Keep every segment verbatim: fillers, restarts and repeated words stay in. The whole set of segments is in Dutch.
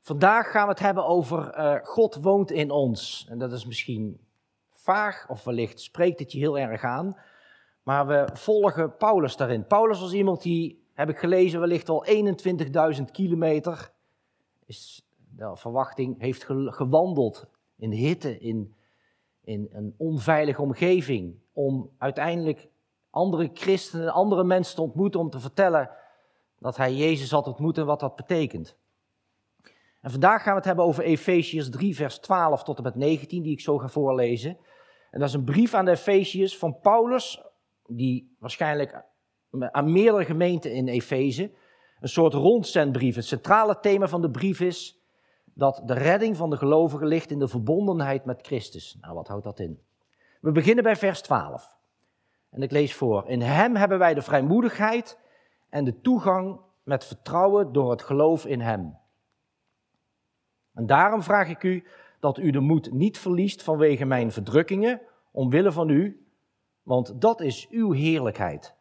Vandaag gaan we het hebben over uh, God woont in ons. En dat is misschien vaag of wellicht spreekt het je heel erg aan. Maar we volgen Paulus daarin. Paulus was iemand die, heb ik gelezen, wellicht al eenentwintigduizend kilometer, is de verwachting, heeft gewandeld in de hitte, in, in een onveilige omgeving. Om uiteindelijk andere christenen, andere mensen te ontmoeten, om te vertellen dat hij Jezus had ontmoet en wat dat betekent. En vandaag gaan we het hebben over Efeziërs drie, vers twaalf tot en met negentien, die ik zo ga voorlezen. En dat is een brief aan de Efeziërs van Paulus, die waarschijnlijk aan meerdere gemeenten in Efeze, een soort rondzendbrief. Het centrale thema van de brief is dat de redding van de gelovigen ligt in de verbondenheid met Christus. Nou, wat houdt dat in? We beginnen bij vers twaalf. En ik lees voor. In hem hebben wij de vrijmoedigheid en de toegang met vertrouwen door het geloof in hem. En daarom vraag ik u dat u de moed niet verliest vanwege mijn verdrukkingen, omwille van u, want dat is uw heerlijkheid.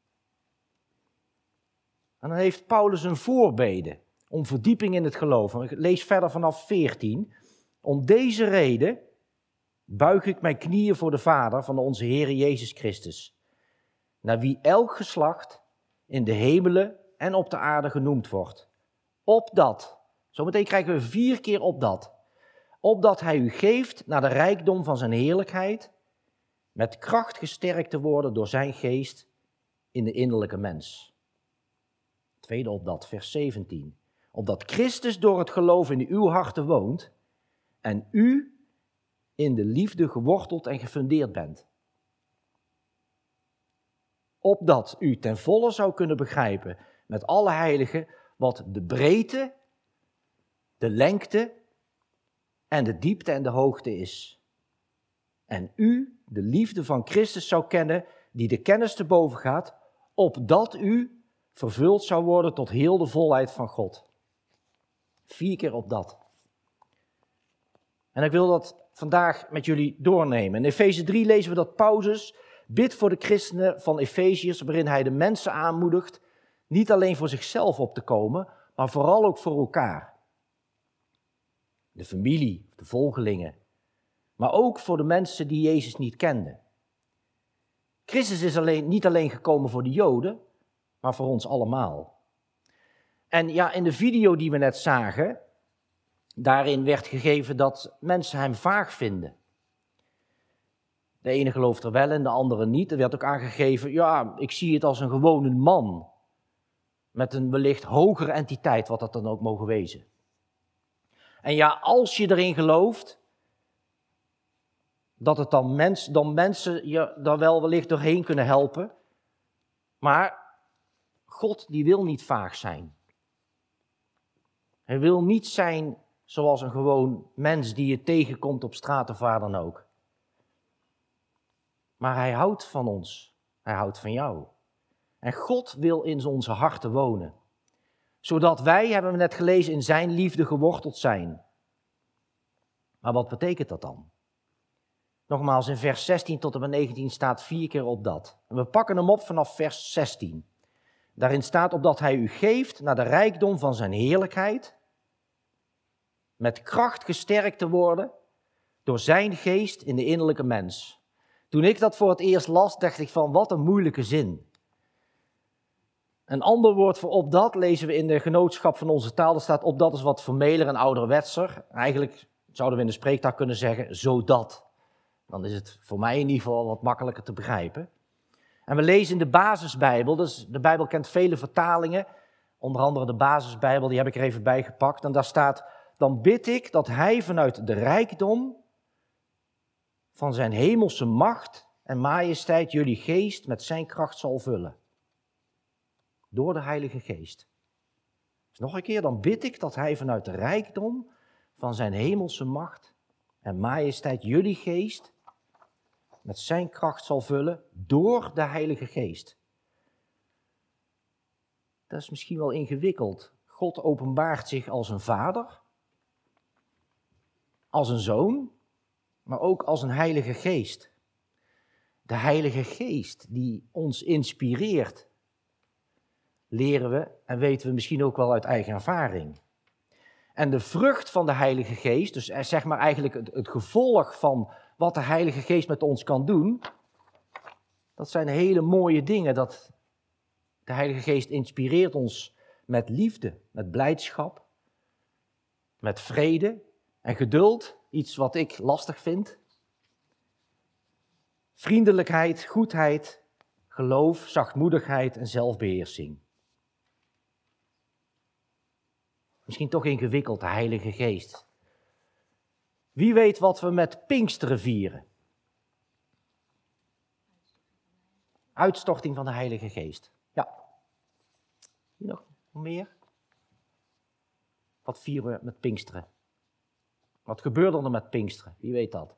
En dan heeft Paulus een voorbede om verdieping in het geloof. Ik lees verder vanaf veertien. Om deze reden buig ik mijn knieën voor de Vader van onze Heer Jezus Christus, naar wie elk geslacht in de hemelen en op de aarde genoemd wordt. Opdat, zometeen krijgen we vier keer opdat, opdat hij u geeft naar de rijkdom van zijn heerlijkheid, met kracht gesterkt te worden door zijn geest in de innerlijke mens. Tweede opdat, vers zeventien. Opdat Christus door het geloof in uw harten woont en u in de liefde geworteld en gefundeerd bent. Opdat u ten volle zou kunnen begrijpen met alle heiligen wat de breedte, de lengte en de diepte en de hoogte is. En u de liefde van Christus zou kennen, die de kennis te boven gaat, opdat u vervuld zou worden tot heel de volheid van God. Vier keer op dat. En ik wil dat vandaag met jullie doornemen. In Efeze drie lezen we dat Paulus bidt voor de christenen van Efeziërs, waarin hij de mensen aanmoedigt niet alleen voor zichzelf op te komen, maar vooral ook voor elkaar. De familie, de volgelingen, maar ook voor de mensen die Jezus niet kenden. Christus is alleen, niet alleen gekomen voor de Joden, maar voor ons allemaal. En ja, in de video die we net zagen, daarin werd gegeven dat mensen hem vaag vinden. De ene gelooft er wel en de andere niet. Er werd ook aangegeven, ja, ik zie het als een gewone man. Met een wellicht hogere entiteit, wat dat dan ook mogen wezen. En ja, als je erin gelooft, dat het dan, mens, dan mensen je daar wel wellicht doorheen kunnen helpen. Maar God die wil niet vaag zijn. Hij wil niet zijn zoals een gewoon mens die je tegenkomt op straat of waar dan ook. Maar hij houdt van ons. Hij houdt van jou. En God wil in onze harten wonen. Zodat wij, hebben we net gelezen, in zijn liefde geworteld zijn. Maar wat betekent dat dan? Nogmaals, in vers zestien tot en met negentien staat vier keer op dat. En we pakken hem op vanaf vers zestien. Daarin staat opdat hij u geeft naar de rijkdom van zijn heerlijkheid, met kracht gesterkt te worden door zijn geest in de innerlijke mens. Toen ik dat voor het eerst las, dacht ik van wat een moeilijke zin. Een ander woord voor opdat lezen we in de genootschap van onze taal. Er staat opdat is wat formeler en ouderwetser. Eigenlijk zouden we in de spreektaal kunnen zeggen zodat. Dan is het voor mij in ieder geval wat makkelijker te begrijpen. En we lezen in de basisbijbel, dus de Bijbel kent vele vertalingen, onder andere de basisbijbel, die heb ik er even bij gepakt. En daar staat, dan bid ik dat hij vanuit de rijkdom van zijn hemelse macht en majesteit jullie geest met zijn kracht zal vullen. Door de Heilige Geest. Dus nog een keer, dan bid ik dat hij vanuit de rijkdom van zijn hemelse macht en majesteit jullie geest met zijn kracht zal vullen door de Heilige Geest. Dat is misschien wel ingewikkeld. God openbaart zich als een vader, als een zoon, maar ook als een Heilige Geest. De Heilige Geest die ons inspireert, leren we en weten we misschien ook wel uit eigen ervaring. En de vrucht van de Heilige Geest, dus zeg maar eigenlijk het, het gevolg van wat de Heilige Geest met ons kan doen, dat zijn hele mooie dingen. Dat de Heilige Geest inspireert ons met liefde, met blijdschap, met vrede en geduld, iets wat ik lastig vind. Vriendelijkheid, goedheid, geloof, zachtmoedigheid en zelfbeheersing. Misschien toch ingewikkeld, de Heilige Geest. Wie weet wat we met Pinksteren vieren? Uitstorting van de Heilige Geest. Ja. Hier nog meer? Wat vieren we met Pinksteren? Wat gebeurde er met Pinksteren? Wie weet dat?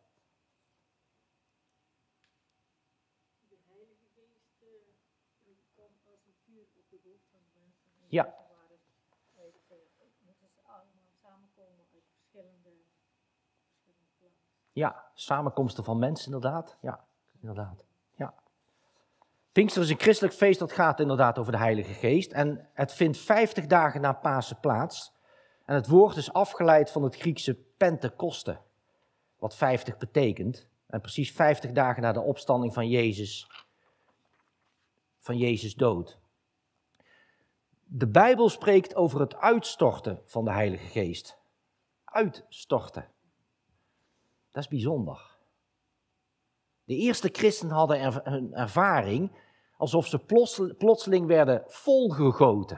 De Heilige Geest uh, komt als een vuur op de hoofd van de mensen. Ja. Moeten ze allemaal samenkomen uit verschillende, verschillende plaatsen. Ja, samenkomsten van mensen inderdaad. Ja, inderdaad. Ja. Pinkster is een christelijk feest dat gaat inderdaad over de Heilige Geest. En het vindt vijftig dagen na Pasen plaats. En het woord is afgeleid van het Griekse Pentekoste, wat vijftig betekent. En precies vijftig dagen na de opstanding van Jezus, van Jezus dood. De Bijbel spreekt over het uitstorten van de Heilige Geest. Uitstorten. Dat is bijzonder. De eerste christenen hadden er, een ervaring alsof ze plotseling werden volgegoten.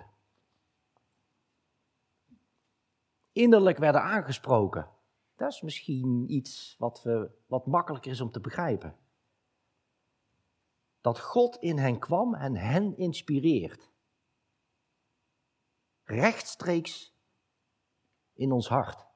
Innerlijk werden aangesproken. Dat is misschien iets wat, we, wat makkelijker is om te begrijpen. Dat God in hen kwam en hen inspireert. Rechtstreeks in ons hart.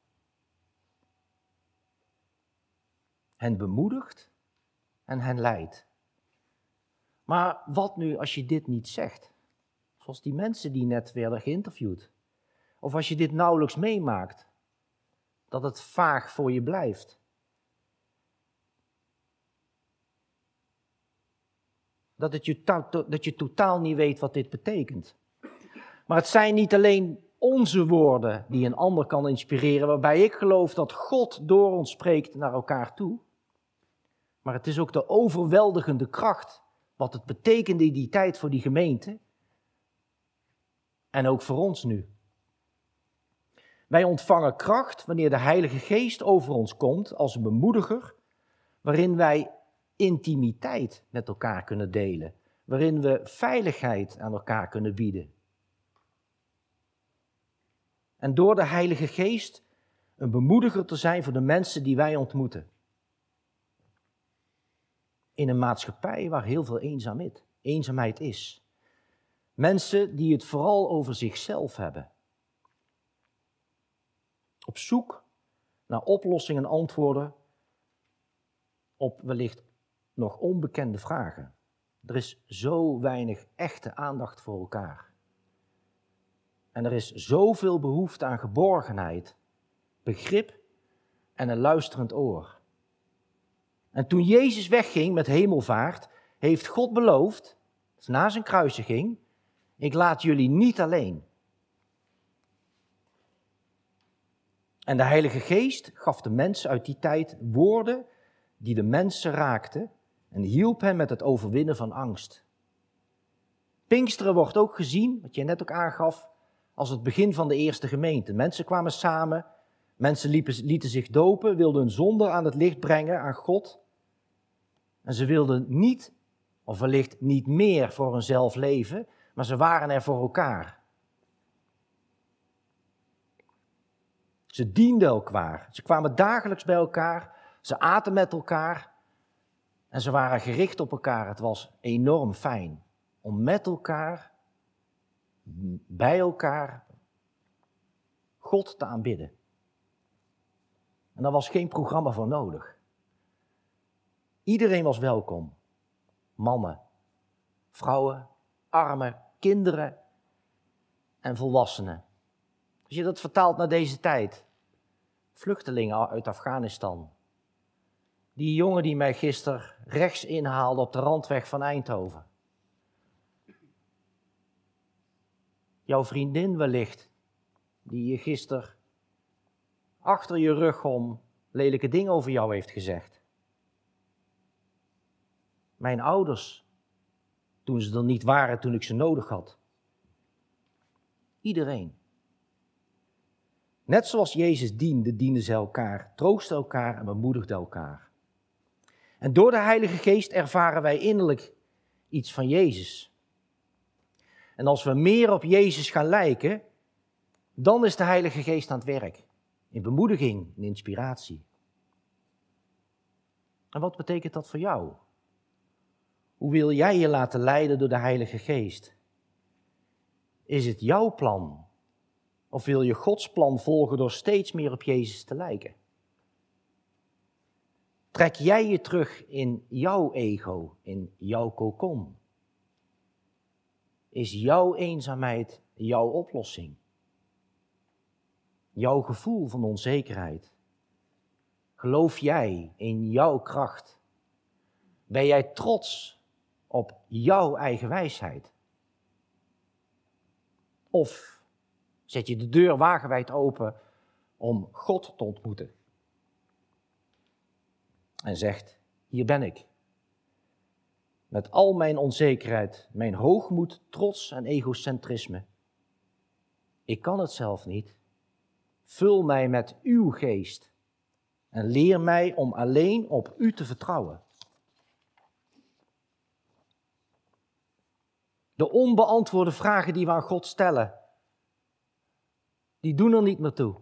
Hen bemoedigt en hen leidt. Maar wat nu als je dit niet zegt? Zoals die mensen die net werden geïnterviewd. Of als je dit nauwelijks meemaakt, dat het vaag voor je blijft. Dat, het je, dat je totaal niet weet wat dit betekent. Maar het zijn niet alleen onze woorden die een ander kan inspireren, waarbij ik geloof dat God door ons spreekt naar elkaar toe. Maar het is ook de overweldigende kracht, wat het betekende in die tijd voor die gemeente. En ook voor ons nu. Wij ontvangen kracht wanneer de Heilige Geest over ons komt als een bemoediger, waarin wij intimiteit met elkaar kunnen delen, waarin we veiligheid aan elkaar kunnen bieden. En door de Heilige Geest een bemoediger te zijn voor de mensen die wij ontmoeten. In een maatschappij waar heel veel eenzaamheid, eenzaamheid is. Mensen die het vooral over zichzelf hebben. Op zoek naar oplossingen en antwoorden op wellicht nog onbekende vragen. Er is zo weinig echte aandacht voor elkaar. En er is zoveel behoefte aan geborgenheid, begrip en een luisterend oor. En toen Jezus wegging met hemelvaart, heeft God beloofd, na zijn kruisiging, ik laat jullie niet alleen. En de Heilige Geest gaf de mensen uit die tijd woorden die de mensen raakten en hielp hen met het overwinnen van angst. Pinksteren wordt ook gezien, wat jij net ook aangaf, als het begin van de eerste gemeente. Mensen kwamen samen, mensen liepen, lieten zich dopen, wilden hun zonde aan het licht brengen, aan God. En ze wilden niet, of wellicht niet meer voor hunzelf leven, maar ze waren er voor elkaar. Ze dienden elkaar, ze kwamen dagelijks bij elkaar, ze aten met elkaar en ze waren gericht op elkaar. Het was enorm fijn om met elkaar, bij elkaar, God te aanbidden. En daar was geen programma voor nodig. Iedereen was welkom. Mannen, vrouwen, armen, kinderen en volwassenen. Als je dat vertaalt naar deze tijd. Vluchtelingen uit Afghanistan. Die jongen die mij gisteren rechts inhaalde op de randweg van Eindhoven. Jouw vriendin wellicht, die je gisteren achter je rug om lelijke dingen over jou heeft gezegd. Mijn ouders, toen ze er niet waren, toen ik ze nodig had. Iedereen. Net zoals Jezus diende, dienden ze elkaar, troosten elkaar en bemoedigden elkaar. En door de Heilige Geest ervaren wij innerlijk iets van Jezus. En als we meer op Jezus gaan lijken, dan is de Heilige Geest aan het werk. In bemoediging, in inspiratie. En wat betekent dat voor jou? Hoe wil jij je laten leiden door de Heilige Geest? Is het jouw plan? Of wil je Gods plan volgen door steeds meer op Jezus te lijken? Trek jij je terug in jouw ego, in jouw kokon? Is jouw eenzaamheid jouw oplossing? Jouw gevoel van onzekerheid? Geloof jij in jouw kracht? Ben jij trots op jouw eigen wijsheid? Of zet je de deur wagenwijd open om God te ontmoeten? En zegt, hier ben ik. Met al mijn onzekerheid, mijn hoogmoed, trots en egocentrisme. Ik kan het zelf niet. Vul mij met uw geest en leer mij om alleen op u te vertrouwen. De onbeantwoorde vragen die we aan God stellen, die doen er niet meer toe.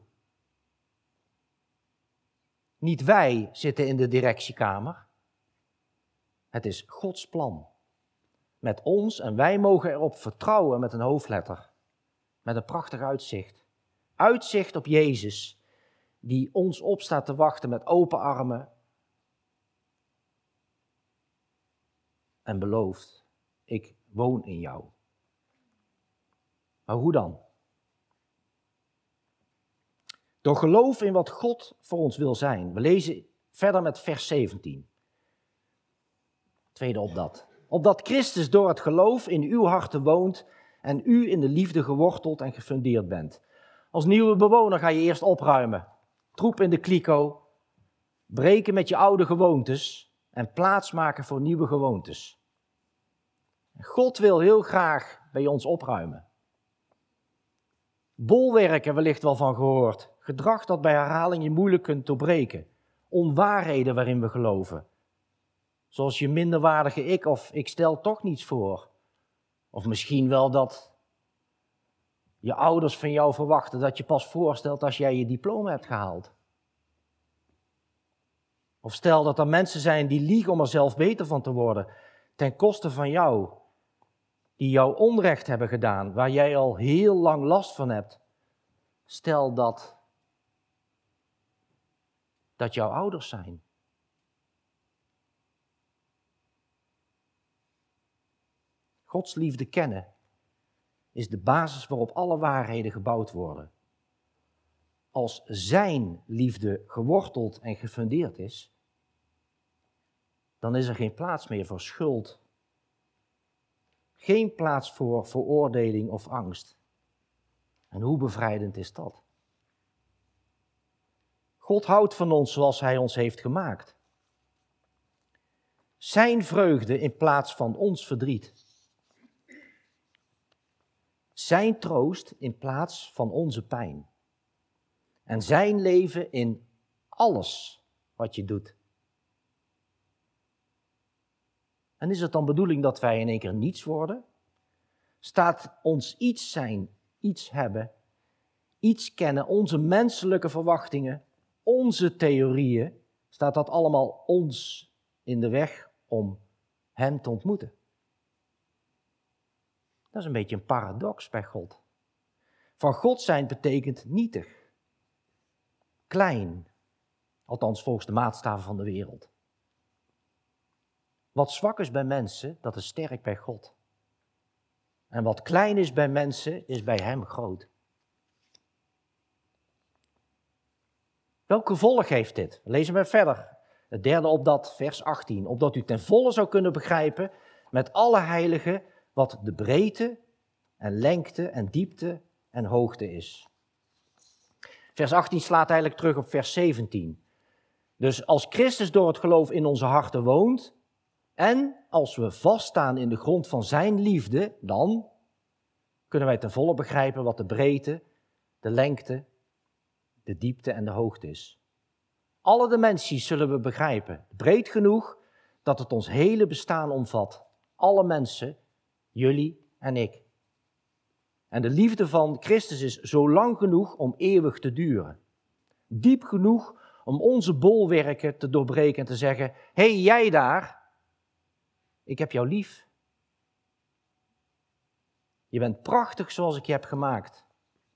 Niet wij zitten in de directiekamer. Het is Gods plan. Met ons en wij mogen erop vertrouwen met een hoofdletter. Met een prachtig uitzicht. Uitzicht op Jezus, die ons op staat te wachten met open armen. En belooft, ik woon in jou. Maar hoe dan? Door geloof in wat God voor ons wil zijn. We lezen verder met vers zeventien. Tweede op dat. Opdat Christus door het geloof in uw harten woont en u in de liefde geworteld en gefundeerd bent. Als nieuwe bewoner ga je eerst opruimen. Troep in de kliko. Breken met je oude gewoontes en plaatsmaken voor nieuwe gewoontes. God wil heel graag bij ons opruimen. Bolwerken, wellicht wel van gehoord. Gedrag dat bij herhaling je moeilijk kunt doorbreken. Onwaarheden waarin we geloven. Zoals je minderwaardige ik of ik stel toch niets voor. Of misschien wel dat je ouders van jou verwachten dat je pas voorstelt als jij je diploma hebt gehaald. Of stel dat er mensen zijn die liegen om er zelf beter van te worden. Ten koste van jou. Die jou onrecht hebben gedaan, waar jij al heel lang last van hebt. Stel dat, dat jouw ouders zijn. Gods liefde kennen is de basis waarop alle waarheden gebouwd worden. Als zijn liefde geworteld en gefundeerd is, dan is er geen plaats meer voor schuld. Geen plaats voor veroordeling of angst. En hoe bevrijdend is dat? God houdt van ons zoals hij ons heeft gemaakt. Zijn vreugde in plaats van ons verdriet. Zijn troost in plaats van onze pijn. En zijn leven in alles wat je doet. En is het dan bedoeling dat wij in één keer niets worden? Staat ons iets zijn, iets hebben, iets kennen, onze menselijke verwachtingen, onze theorieën, staat dat allemaal ons in de weg om hem te ontmoeten? Dat is een beetje een paradox bij God. Van God zijn betekent nietig, klein, althans volgens de maatstaven van de wereld. Wat zwak is bij mensen, dat is sterk bij God. En wat klein is bij mensen, is bij hem groot. Welk gevolg heeft dit? Lezen we verder. Het derde op dat, vers achttien. Opdat u ten volle zou kunnen begrijpen met alle heiligen wat de breedte en lengte en diepte en hoogte is. Vers achttien slaat eigenlijk terug op vers zeventien. Dus als Christus door het geloof in onze harten woont en als we vaststaan in de grond van zijn liefde, dan kunnen wij ten volle begrijpen wat de breedte, de lengte, de diepte en de hoogte is. Alle dimensies zullen we begrijpen. Breed genoeg dat het ons hele bestaan omvat. Alle mensen, jullie en ik. En de liefde van Christus is zo lang genoeg om eeuwig te duren. Diep genoeg om onze bolwerken te doorbreken en te zeggen: hé, hey, jij daar, ik heb jou lief. Je bent prachtig zoals ik je heb gemaakt.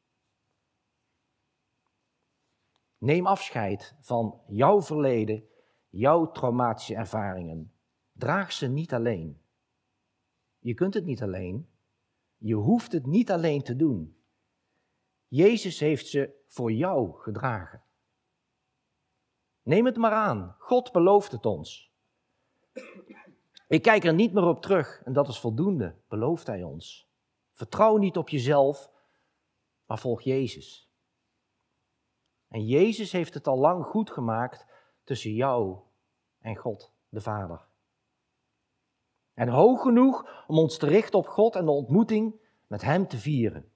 Neem afscheid van jouw verleden, jouw traumatische ervaringen. Draag ze niet alleen. Je kunt het niet alleen. Je hoeft het niet alleen te doen. Jezus heeft ze voor jou gedragen. Neem het maar aan. God belooft het ons. Ik kijk er niet meer op terug en dat is voldoende, belooft hij ons. Vertrouw niet op jezelf, maar volg Jezus. En Jezus heeft het al lang goed gemaakt tussen jou en God, de Vader. En hoog genoeg om ons te richten op God en de ontmoeting met Hem te vieren.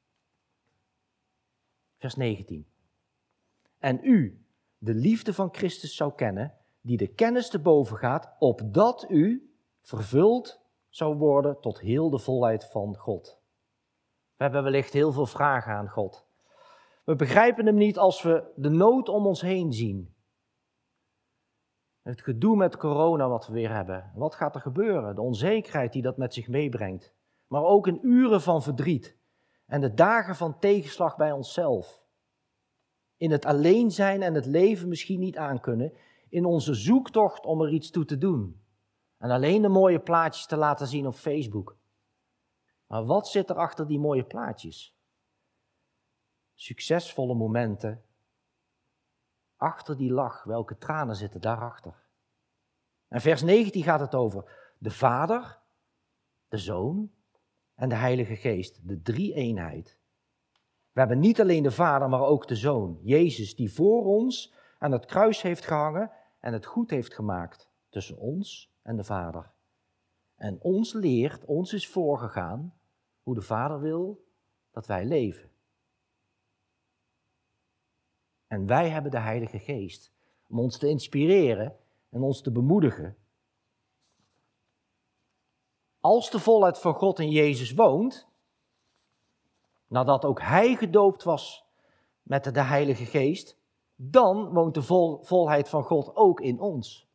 Vers negentien. En u de liefde van Christus zou kennen, die de kennis te boven gaat, opdat u vervuld zou worden tot heel de volheid van God. We hebben wellicht heel veel vragen aan God. We begrijpen hem niet als we de nood om ons heen zien. Het gedoe met corona wat we weer hebben. Wat gaat er gebeuren? De onzekerheid die dat met zich meebrengt. Maar ook in uren van verdriet. En de dagen van tegenslag bij onszelf. In het alleen zijn en het leven misschien niet aankunnen. In onze zoektocht om er iets toe te doen. En alleen de mooie plaatjes te laten zien op Facebook. Maar wat zit er achter die mooie plaatjes? Succesvolle momenten. Achter die lach, welke tranen zitten daarachter? En vers negentien gaat het over de Vader, de Zoon en de Heilige Geest, de drie-eenheid. We hebben niet alleen de Vader, maar ook de Zoon, Jezus, die voor ons aan het kruis heeft gehangen en het goed heeft gemaakt tussen ons en de Vader. En ons leert, ons is voorgegaan hoe de Vader wil dat wij leven. En wij hebben de Heilige Geest om ons te inspireren en ons te bemoedigen. Als de volheid van God in Jezus woont, nadat ook Hij gedoopt was met de Heilige Geest, dan woont de vol, volheid van God ook in ons.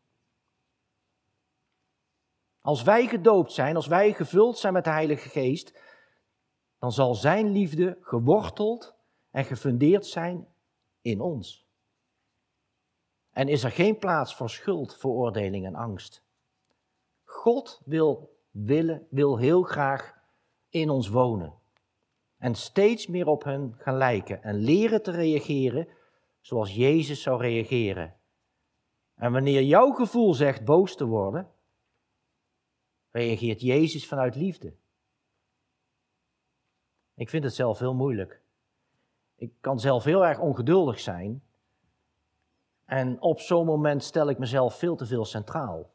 Als wij gedoopt zijn, als wij gevuld zijn met de Heilige Geest, dan zal zijn liefde geworteld en gefundeerd zijn in ons. En is er geen plaats voor schuld, veroordeling en angst. God wil, willen, wil heel graag in ons wonen. En steeds meer op hen gaan lijken en leren te reageren zoals Jezus zou reageren. En wanneer jouw gevoel zegt boos te worden, reageert Jezus vanuit liefde. Ik vind het zelf heel moeilijk. Ik kan zelf heel erg ongeduldig zijn. En op zo'n moment stel ik mezelf veel te veel centraal.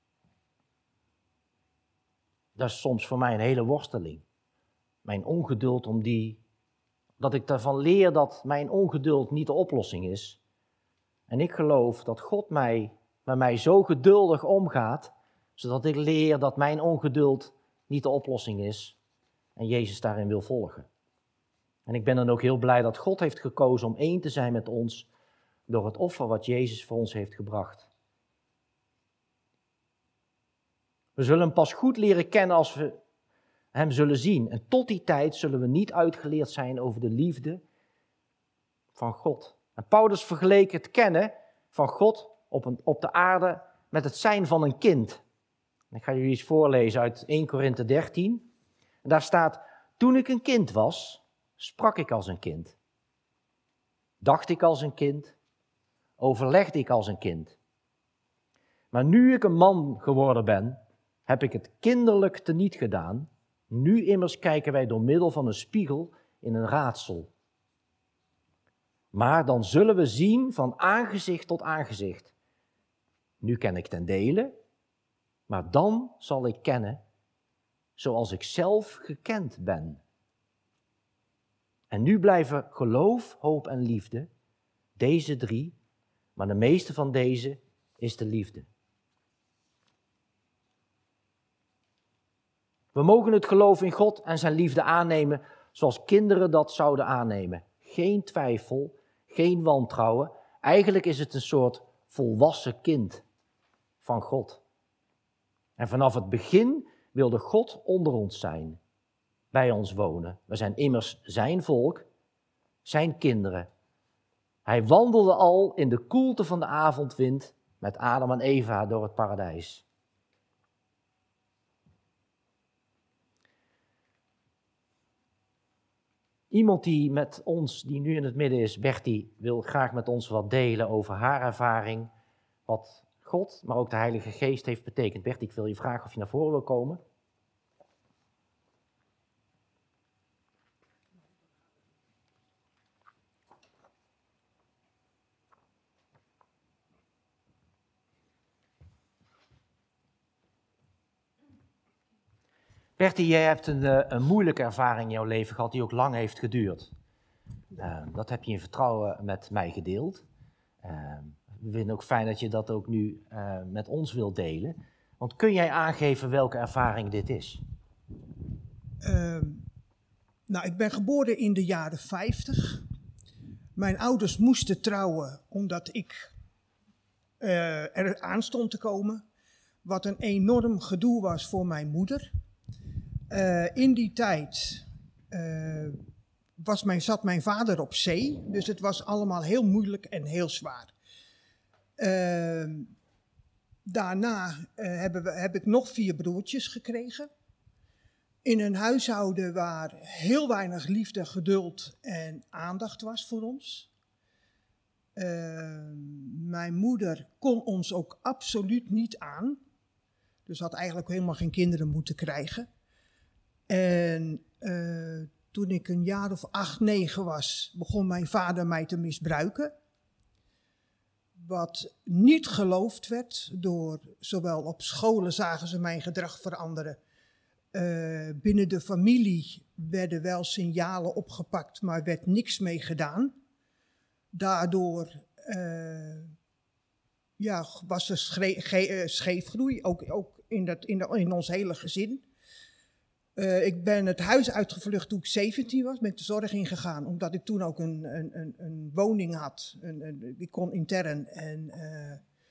Dat is soms voor mij een hele worsteling. Mijn ongeduld om die... Dat ik daarvan leer dat mijn ongeduld niet de oplossing is. En ik geloof dat God mij, met mij zo geduldig omgaat, zodat ik leer dat mijn ongeduld niet de oplossing is. En Jezus daarin wil volgen. En ik ben dan ook heel blij dat God heeft gekozen om één te zijn met ons door het offer wat Jezus voor ons heeft gebracht. We zullen hem pas goed leren kennen als we hem zullen zien. En tot die tijd zullen we niet uitgeleerd zijn over de liefde van God. En Paulus vergeleek het kennen van God op, een, op de aarde met het zijn van een kind. Ik ga jullie iets voorlezen uit eerste Korinthe dertien. En daar staat: toen ik een kind was, sprak ik als een kind. Dacht ik als een kind, overlegde ik als een kind. Maar nu ik een man geworden ben, heb ik het kinderlijk teniet gedaan. Nu immers kijken wij door middel van een spiegel in een raadsel. Maar dan zullen we zien van aangezicht tot aangezicht. Nu ken ik ten dele, maar dan zal ik kennen zoals ik zelf gekend ben. En nu blijven geloof, hoop en liefde, deze drie, maar de meeste van deze is de liefde. We mogen het geloof in God en zijn liefde aannemen zoals kinderen dat zouden aannemen. Geen twijfel, geen wantrouwen. Eigenlijk is het een soort volwassen kind van God. En vanaf het begin wilde God onder ons zijn, bij ons wonen. We zijn immers zijn volk, zijn kinderen. Hij wandelde al in de koelte van de avondwind met Adam en Eva door het paradijs. Iemand die met ons, die nu in het midden is, Bertie, wil graag met ons wat delen over haar ervaring, wat God, maar ook de Heilige Geest heeft betekend. Bertie, ik wil je vragen of je naar voren wil komen. Bertie, jij hebt een, een moeilijke ervaring in jouw leven gehad die ook lang heeft geduurd. Uh, dat heb je in vertrouwen met mij gedeeld. Uh, we vinden ook fijn dat je dat ook nu uh, met ons wilt delen. Want kun jij aangeven welke ervaring dit is? Uh, nou, ik ben geboren in de jaren vijftig. Mijn ouders moesten trouwen omdat ik uh, er aan stond te komen. Wat een enorm gedoe was voor mijn moeder. Uh, in die tijd uh, was mijn, zat mijn vader op zee, dus het was allemaal heel moeilijk en heel zwaar. Uh, daarna uh, hebben we, heb ik nog vier broertjes gekregen. In een huishouden waar heel weinig liefde, geduld en aandacht was voor ons. Uh, mijn moeder kon ons ook absoluut niet aan, dus had eigenlijk helemaal geen kinderen moeten krijgen. En uh, toen ik een jaar of acht, negen was, begon mijn vader mij te misbruiken. Wat niet geloofd werd, door zowel op scholen zagen ze mijn gedrag veranderen. Uh, binnen de familie werden wel signalen opgepakt, maar werd niks mee gedaan. Daardoor uh, ja, was er schre- ge- scheefgroei, ook, ook in, dat, in, de, in ons hele gezin. Uh, ik ben het huis uitgevlucht toen ik zeventien was, met de zorg ingegaan, omdat ik toen ook een, een, een, een woning had. Een, een, ik kon intern. En, uh,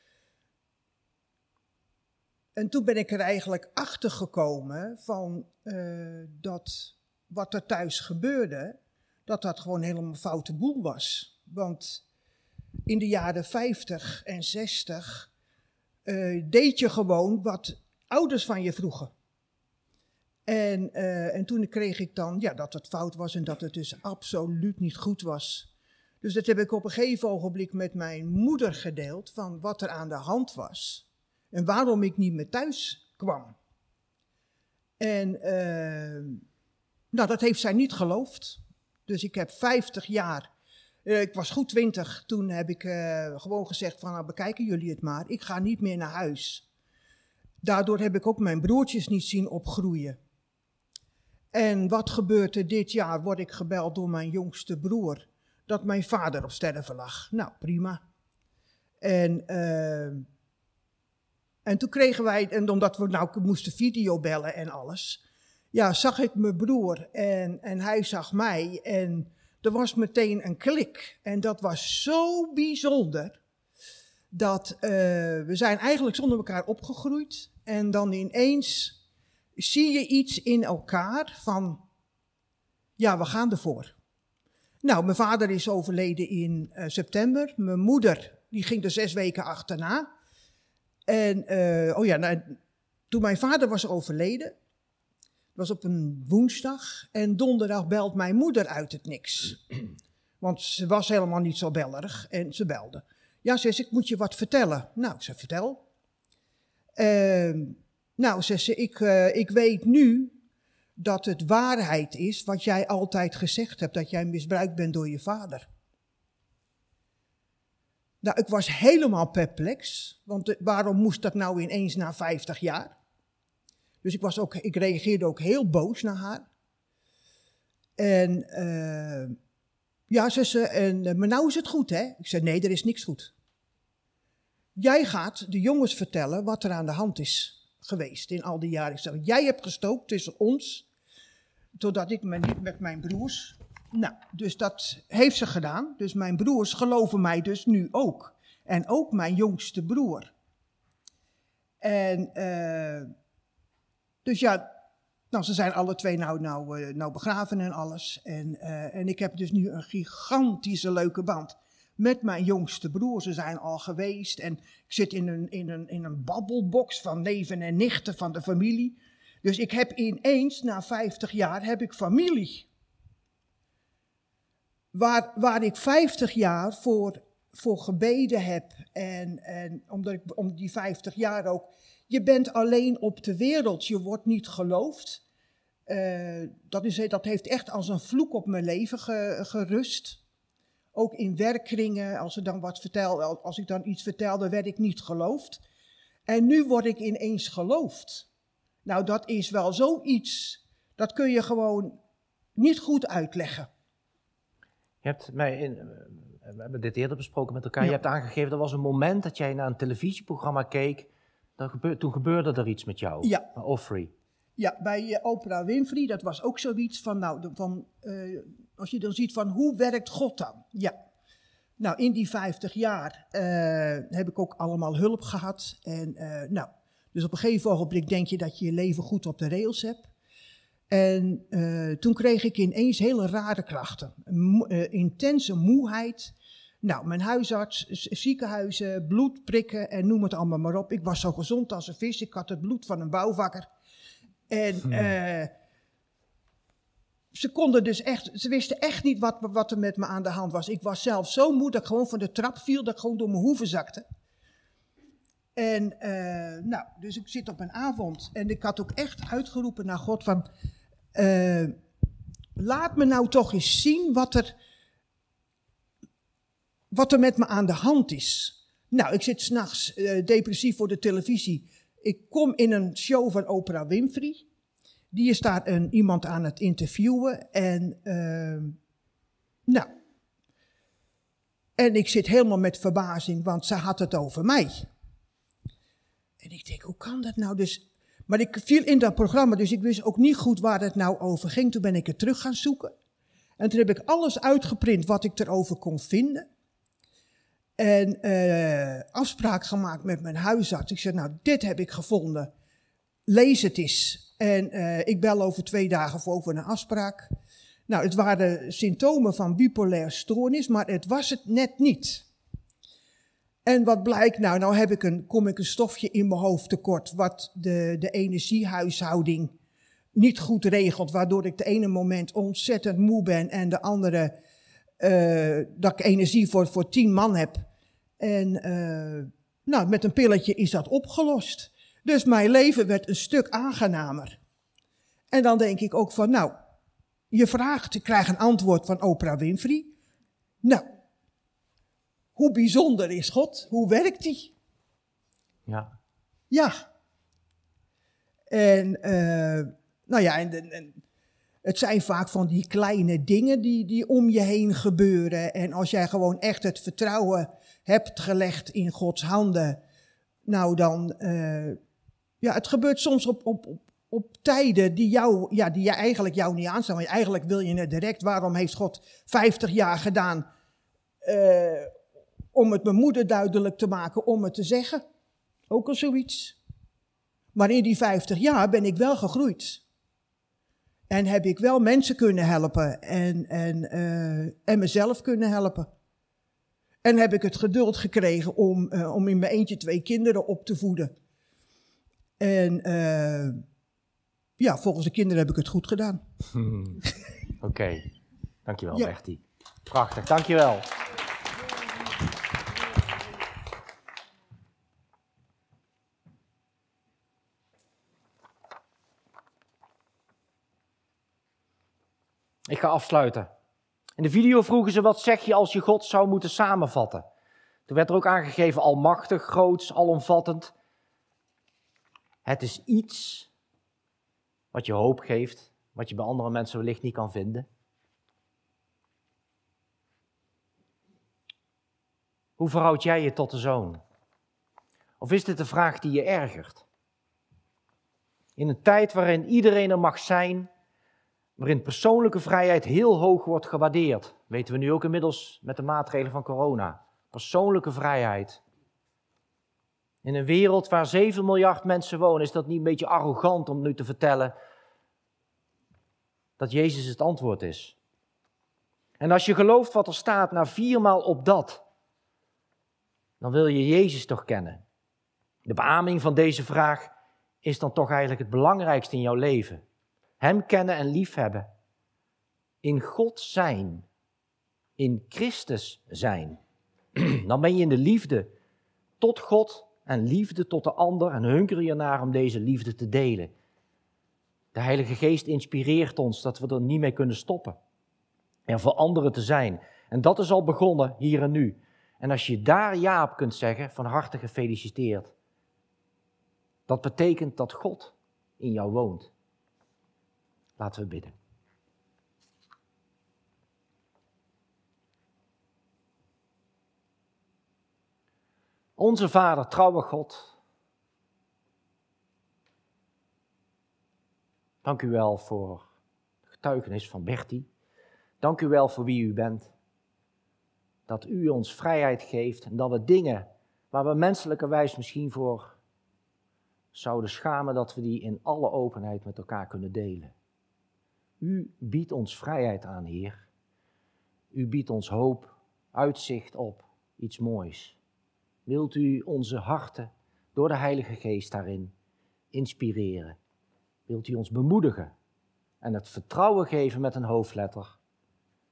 en toen ben ik er eigenlijk achter gekomen van uh, dat wat er thuis gebeurde, dat dat gewoon helemaal foute boel was. Want in de jaren vijftig en zestig uh, deed je gewoon wat ouders van je vroegen. En, uh, en toen kreeg ik dan ja, dat het fout was en dat het dus absoluut niet goed was. Dus dat heb ik op een gegeven ogenblik met mijn moeder gedeeld van wat er aan de hand was. En waarom ik niet meer thuis kwam. En uh, nou, dat heeft zij niet geloofd. Dus ik heb vijftig jaar, uh, ik was goed twintig, toen heb ik uh, gewoon gezegd van nou bekijken jullie het maar. Ik ga niet meer naar huis. Daardoor heb ik ook mijn broertjes niet zien opgroeien. En wat gebeurt er dit jaar? Word ik gebeld door mijn jongste broer dat mijn vader op sterven lag. Nou, prima. En, uh, en toen kregen wij, en omdat we nou moesten videobellen en alles, ja, zag ik mijn broer en, en hij zag mij en er was meteen een klik. En dat was zo bijzonder dat uh, we zijn eigenlijk zonder elkaar opgegroeid en dan ineens zie je iets in elkaar van, ja, we gaan ervoor. Nou, mijn vader is overleden in uh, september. Mijn moeder, die ging er zes weken achterna. En, uh, oh ja, nou, toen mijn vader was overleden, was op een woensdag. En donderdag belt mijn moeder uit het niks. Want ze was helemaal niet zo bellerig en ze belde. Ja, zei ze, ik moet je wat vertellen. Nou, ik zei, vertel. Uh, Nou, zegt ze, ik, uh, ik weet nu dat het waarheid is wat jij altijd gezegd hebt, dat jij misbruikt bent door je vader. Nou, ik was helemaal perplex, want uh, waarom moest dat nou ineens na vijftig jaar? Dus ik, was ook, ik reageerde ook heel boos naar haar. En uh, ja, zei ze, en, uh, maar nou is het goed, hè? Ik zei, nee, er is niks goed. Jij gaat de jongens vertellen wat er aan de hand is geweest in al die jaren. Ik zei, jij hebt gestookt tussen ons, totdat ik me niet met mijn broers... Nou, dus dat heeft ze gedaan. Dus mijn broers geloven mij dus nu ook. En ook mijn jongste broer. En uh, dus ja, nou, ze zijn alle twee nou, nou, uh, nou begraven en alles. En, uh, en ik heb dus nu een gigantische leuke band met mijn jongste broer. Ze zijn al geweest en ik zit in een, in een, in een babbelbox van neven en nichten van de familie. Dus ik heb ineens, na vijftig jaar, heb ik familie. Waar, waar ik vijftig jaar voor, voor gebeden heb. En, en omdat ik om die vijftig jaar ook. Je bent alleen op de wereld, je wordt niet geloofd. Uh, dat, is, dat heeft echt als een vloek op mijn leven ge, gerust. Ook in werkkringen, als, er dan wat vertelde, als ik dan iets vertelde, werd ik niet geloofd. En nu word ik ineens geloofd. Nou, dat is wel zoiets, dat kun je gewoon niet goed uitleggen. Je hebt mij, in, we hebben dit eerder besproken met elkaar, Ja. je hebt aangegeven, er was een moment dat jij naar een televisieprogramma keek, dan gebeur, toen gebeurde er iets met jou, Ja. bij Offrey. Ja, bij uh, Oprah Winfrey, dat was ook zoiets van, nou, de, van, uh, als je dan ziet van, hoe werkt God dan? Ja, nou, in die vijftig jaar uh, heb ik ook allemaal hulp gehad. En uh, nou, dus op een gegeven ogenblik denk je dat je je leven goed op de rails hebt. En uh, toen kreeg ik ineens hele rare klachten. Mo- uh, intense moeheid. Nou, mijn huisarts, ziekenhuizen, bloedprikken en noem het allemaal maar op. Ik was zo gezond als een vis, ik had het bloed van een bouwvakker. En uh, ze konden dus echt, ze wisten echt niet wat, wat er met me aan de hand was. Ik was zelf zo moe dat ik gewoon van de trap viel, dat ik gewoon door mijn hoeven zakte. En uh, nou, dus ik zit op een avond en ik had ook echt uitgeroepen naar God van, uh, laat me nou toch eens zien wat er, wat er met me aan de hand is. Nou, ik zit 's nachts uh, depressief voor de televisie. Ik kom in een show van Oprah Winfrey. Die is daar een, iemand aan het interviewen. En, uh, nou. En ik zit helemaal met verbazing, want ze had het over mij. En ik denk, hoe kan dat nou? Dus, maar ik viel in dat programma, dus ik wist ook niet goed waar het nou over ging. Toen ben ik het terug gaan zoeken. En toen heb ik alles uitgeprint wat ik erover kon vinden. En uh, afspraak gemaakt met mijn huisarts. Ik zei, nou, dit heb ik gevonden. Lees het eens. En uh, ik bel over twee dagen voor over een afspraak. Nou, het waren symptomen van bipolaire stoornis, maar het was het net niet. En wat blijkt nou? Nou heb ik een, kom ik een stofje in mijn hoofd tekort, wat de, de energiehuishouding niet goed regelt, waardoor ik de ene moment ontzettend moe ben en de andere uh, dat ik energie voor, voor tien man heb. En uh, nou, met een pilletje is dat opgelost. Dus mijn leven werd een stuk aangenamer. En dan denk ik ook van, nou, je vraagt, ik krijg een antwoord van Oprah Winfrey. Nou, hoe bijzonder is God? Hoe werkt die? Ja. Ja. En, uh, nou ja, en, en het zijn vaak van die kleine dingen die, die om je heen gebeuren. En als jij gewoon echt het vertrouwen hebt gelegd in Gods handen, nou dan, uh, ja, het gebeurt soms op, op, op, op tijden die jou, ja, die eigenlijk jou niet aanstaan. Want eigenlijk wil je het direct. Waarom heeft God vijftig jaar gedaan uh, om het mijn moeder duidelijk te maken, om het te zeggen? Ook al zoiets. Maar in die vijftig jaar ben ik wel gegroeid. En heb ik wel mensen kunnen helpen en, en, uh, en mezelf kunnen helpen. En heb ik het geduld gekregen om, uh, om in mijn eentje twee kinderen op te voeden. En uh, ja, volgens de kinderen heb ik het goed gedaan. Hmm. Oké, okay. Dankjewel ja. Bertie. Prachtig, dankjewel. Ik ga afsluiten. In de video vroegen ze, wat zeg je als je God zou moeten samenvatten? Toen werd er ook aangegeven almachtig, groots, alomvattend. Het is iets wat je hoop geeft, wat je bij andere mensen wellicht niet kan vinden. Hoe verhoud jij je tot de Zoon? Of is dit een vraag die je ergert? In een tijd waarin iedereen er mag zijn, waarin persoonlijke vrijheid heel hoog wordt gewaardeerd, weten we nu ook inmiddels met de maatregelen van corona. Persoonlijke vrijheid. In een wereld waar zeven miljard mensen wonen, is dat niet een beetje arrogant om nu te vertellen dat Jezus het antwoord is? En als je gelooft wat er staat, na viermaal op dat, dan wil je Jezus toch kennen. De beaming van deze vraag is dan toch eigenlijk het belangrijkste in jouw leven. Hem kennen en liefhebben. In God zijn. In Christus zijn. Dan ben je in de liefde tot God en liefde tot de ander en hunker je ernaar om deze liefde te delen. De Heilige Geest inspireert ons dat we er niet mee kunnen stoppen. En voor anderen te zijn. En dat is al begonnen hier en nu. En als je daar ja op kunt zeggen, van harte gefeliciteerd. Dat betekent dat God in jou woont. Laten we bidden. Onze Vader, trouwe God. Dank u wel voor de getuigenis van Bertie. Dank u wel voor wie u bent. Dat u ons vrijheid geeft en dat we dingen waar we menselijkerwijs misschien voor zouden schamen, dat we die in alle openheid met elkaar kunnen delen. U biedt ons vrijheid aan, Heer. U biedt ons hoop, uitzicht op iets moois. Wilt u onze harten door de Heilige Geest daarin inspireren? Wilt u ons bemoedigen en het vertrouwen geven met een hoofdletter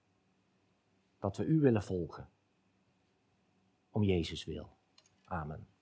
dat we u willen volgen? Om Jezus wil. Amen.